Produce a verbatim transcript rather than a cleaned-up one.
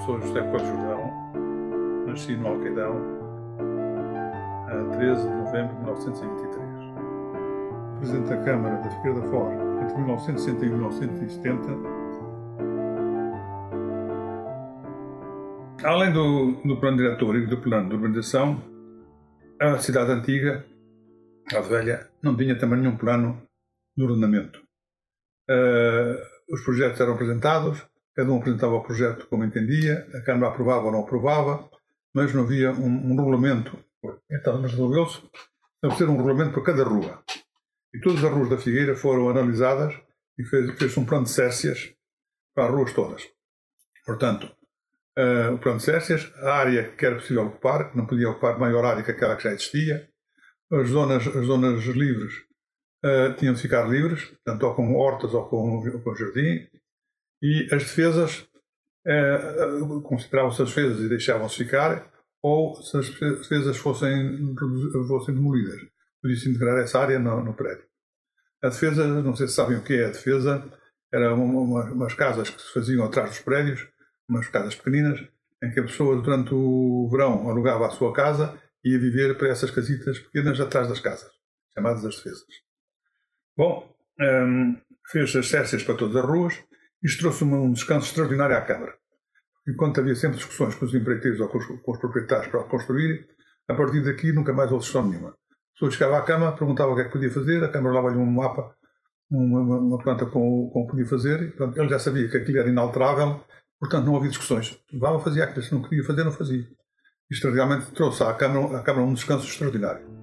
sou José Coelho Jordão, nasci no Alqueidão a treze de novembro de mil novecentos e vinte e três. Presidente da Câmara da Figueira da Foz entre mil novecentos e sessenta e mil novecentos e setenta. Além do, do plano diretor e do plano de urbanização, a cidade antiga, a velha, não tinha também nenhum plano de ordenamento. Uh, os projetos eram apresentados, cada um apresentava o projeto como entendia, a Câmara aprovava ou não aprovava, mas não havia um, um regulamento. Então resolveu-se estabelecer um regulamento para cada rua. E todas as ruas da Figueira foram analisadas e fez-se fez um plano de sércias para as ruas todas. Portanto, uh, o plano de sércias, a área que era possível ocupar, que não podia ocupar maior área que aquela que já existia, as zonas, as zonas livres uh, tinham de ficar livres, portanto, ou com hortas ou com, ou com jardim, e as defesas, uh, consideravam-se as defesas e deixavam-se ficar, ou se as defesas fossem, fossem demolidas. Podia-se integrar essa área no, no prédio. A defesa, não sei se sabem o que é a defesa, eram uma, umas casas que se faziam atrás dos prédios, umas casas pequeninas, em que a pessoa durante o verão alugava a sua casa e ia viver para essas casitas pequenas atrás das casas, chamadas as defesas. Bom, um, fez as sércias para todas as ruas. Isto trouxe um descanso extraordinário à Câmara. Enquanto havia sempre discussões com os empreiteiros ou com os, com os proprietários para construir, a partir daqui nunca mais houve discussão nenhuma. A pessoa chegava à Câmara, perguntava o que é que podia fazer, a Câmara dava-lhe um mapa, uma, uma planta com o que podia fazer, e pronto, ele já sabia que aquilo era inalterável, portanto não havia discussões. Levava, fazia aquilo, se não queria fazer, não fazia. Isto realmente trouxe à Câmara, à Câmara um descanso extraordinário.